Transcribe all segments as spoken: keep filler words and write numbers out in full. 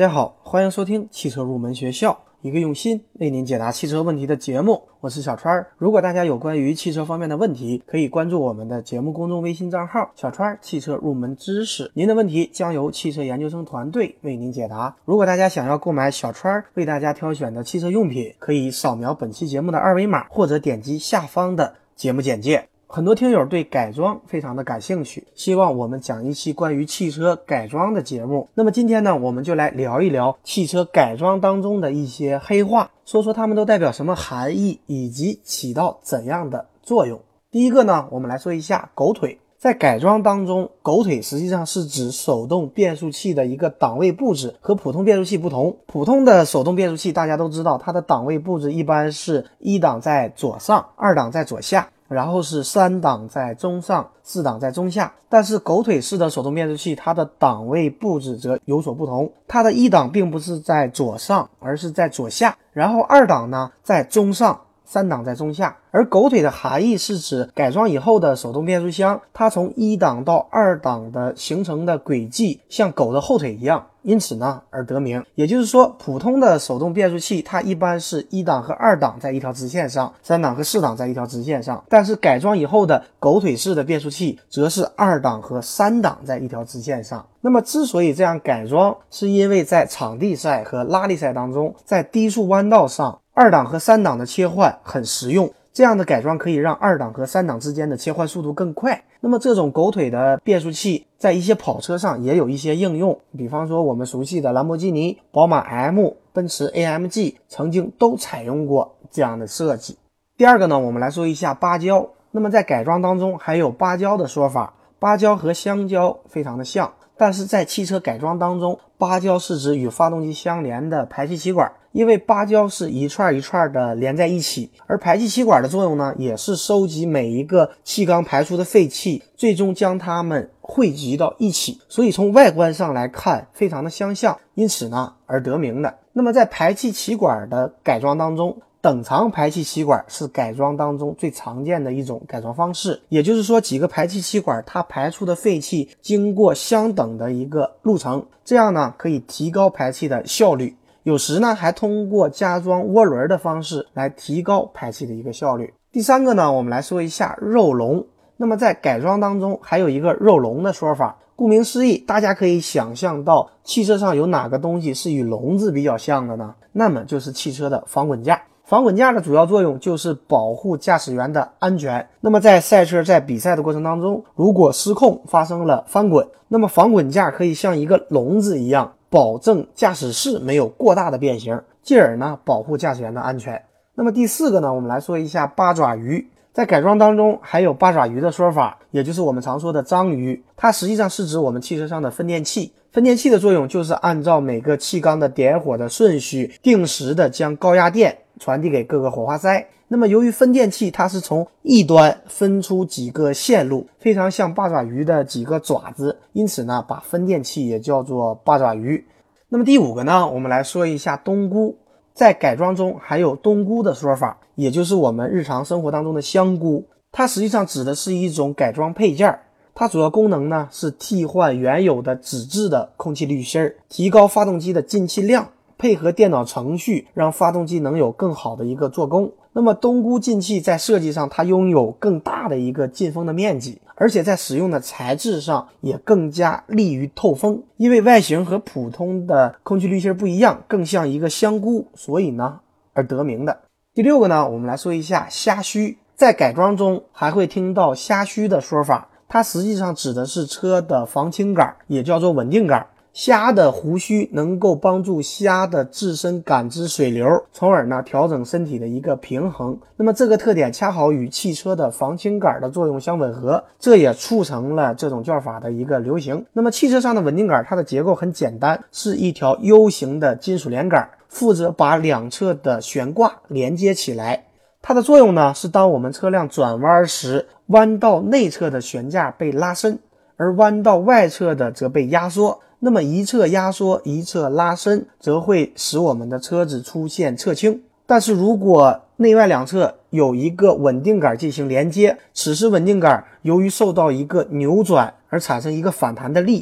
大家好，欢迎收听汽车入门学校，一个用心为您解答汽车问题的节目。我是小川。如果大家有关于汽车方面的问题，可以关注我们的节目公众微信账号小川汽车入门知识，您的问题将由汽车研究生团队为您解答。如果大家想要购买小川为大家挑选的汽车用品，可以扫描本期节目的二维码，或者点击下方的节目简介。很多听友对改装非常的感兴趣，希望我们讲一期关于汽车改装的节目。那么今天呢，我们就来聊一聊汽车改装当中的一些黑话，说说它们都代表什么含义，以及起到怎样的作用。第一个呢，我们来说一下狗腿。在改装当中，狗腿实际上是指手动变速器的一个档位布置，和普通变速器不同。普通的手动变速器大家都知道，它的档位布置一般是一档在左上，二档在左下，然后是三档在中上，四档在中下。但是狗腿式的手动变速器，它的档位布置则有所不同，它的一档并不是在左上，而是在左下，然后二档呢在中上，三档在中下。而狗腿的含义是指改装以后的手动变速箱，它从一档到二档的形成的轨迹像狗的后腿一样，因此呢而得名。也就是说，普通的手动变速器它一般是一档和二档在一条直线上，三档和四档在一条直线上，但是改装以后的狗腿式的变速器则是二档和三档在一条直线上。那么之所以这样改装，是因为在场地赛和拉力赛当中，在低速弯道上二档和三档的切换很实用，这样的改装可以让二档和三档之间的切换速度更快。那么这种狗腿的变速器在一些跑车上也有一些应用，比方说我们熟悉的兰博基尼、宝马 M、奔驰 A M G 曾经都采用过这样的设计。第二个呢，我们来说一下芭蕉。那么在改装当中还有芭蕉的说法，芭蕉和香蕉非常的像，但是在汽车改装当中，芭蕉是指与发动机相连的排气气管，因为芭蕉是一串一串的连在一起，而排气气管的作用呢，也是收集每一个气缸排出的废气，最终将它们汇集到一起，所以从外观上来看非常的相像，因此呢而得名的。那么在排气气管的改装当中，等长排气气管是改装当中最常见的一种改装方式，也就是说几个排气气管它排出的废气经过相等的一个路程，这样呢可以提高排气的效率，有时呢还通过加装涡轮的方式来提高排气的一个效率。第三个呢，我们来说一下肉笼。那么在改装当中还有一个肉笼的说法，顾名思义，大家可以想象到汽车上有哪个东西是与笼子比较像的呢？那么就是汽车的防滚架。防滚架的主要作用就是保护驾驶员的安全。那么在赛车在比赛的过程当中，如果失控发生了翻滚，那么防滚架可以像一个笼子一样，保证驾驶室没有过大的变形，进而呢保护驾驶员的安全。那么第四个呢，我们来说一下八爪鱼。在改装当中还有八爪鱼的说法，也就是我们常说的章鱼，它实际上是指我们汽车上的分电器。分电器的作用就是按照每个气缸的点火的顺序，定时的将高压电传递给各个火花塞。那么由于分电器它是从一端分出几个线路，非常像八爪鱼的几个爪子，因此呢把分电器也叫做八爪鱼。那么第五个呢，我们来说一下冬菇。在改装中还有冬菇的说法，也就是我们日常生活当中的香菇，它实际上指的是一种改装配件，它主要功能呢是替换原有的纸质的空气滤芯，提高发动机的进气量，配合电脑程序让发动机能有更好的一个做工。那么冬菇进气在设计上它拥有更大的一个进风的面积，而且在使用的材质上也更加利于透风，因为外形和普通的空气滤芯不一样，更像一个香菇，所以呢而得名的。第六个呢，我们来说一下虾须。在改装中还会听到虾须的说法，它实际上指的是车的防倾杆，也叫做稳定杆。虾的胡须能够帮助虾的自身感知水流，从而呢调整身体的一个平衡。那么这个特点恰好与汽车的防倾杆的作用相吻合，这也促成了这种叫法的一个流行。那么汽车上的稳定杆它的结构很简单，是一条 U 型的金属连杆，负责把两侧的悬挂连接起来。它的作用呢是当我们车辆转弯时，弯道内侧的悬架被拉伸，而弯道外侧的则被压缩。那么一侧压缩一侧拉伸，则会使我们的车子出现侧倾。但是如果内外两侧有一个稳定杆进行连接，此时稳定杆由于受到一个扭转而产生一个反弹的力，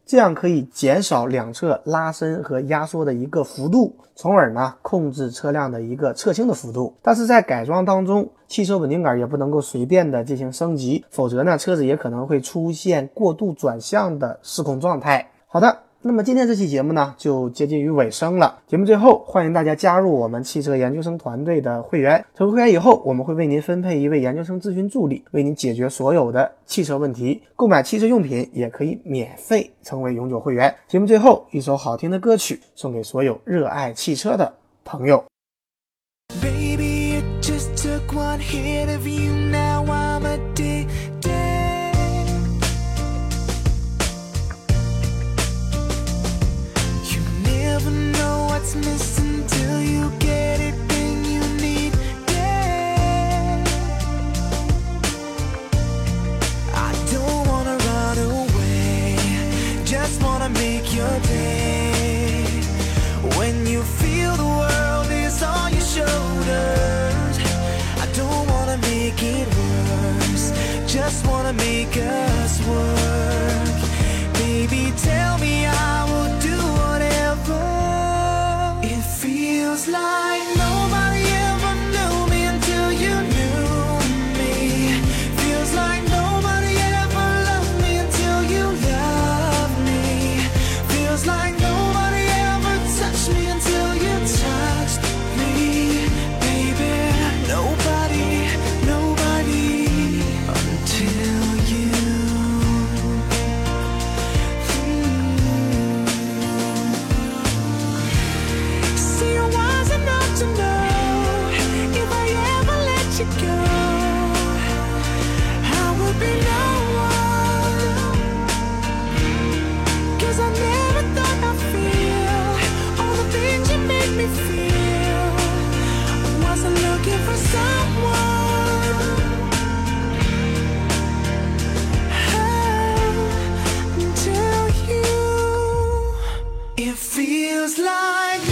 这样可以减少两侧拉伸和压缩的一个幅度，从而呢控制车辆的一个侧倾的幅度。但是在改装当中，汽车稳定杆也不能够随便的进行升级，否则呢车子也可能会出现过度转向的失控状态。好的，那么今天这期节目呢就接近于尾声了。节目最后欢迎大家加入我们汽车研究生团队的会员，成为会员以后，我们会为您分配一位研究生咨询助理，为您解决所有的汽车问题。购买汽车用品也可以免费成为永久会员。节目最后一首好听的歌曲送给所有热爱汽车的朋友。 Baby, it just took one hit of you, now I'm addicted. You never know what's missing till you get it, then you need it. I don't wanna run away, just wanna make your day. When you feel the world is on your shoulders, I don't wanna make it worse, just wanna make us work. Baby, tell me I will do whatever. It feels like nobody ever knew me until you knew me. Feels like nobody ever loved me until you loved me. Feels like nobody ever touched me until you touched me. Baby, nobody, nobody until you. Mm. See, I wasn't enough to know if I ever let you go, I would be no one. 'Cause I never thought I'd feel all the things you make me feel. I wasn't looking for someone, oh, until you. It feels like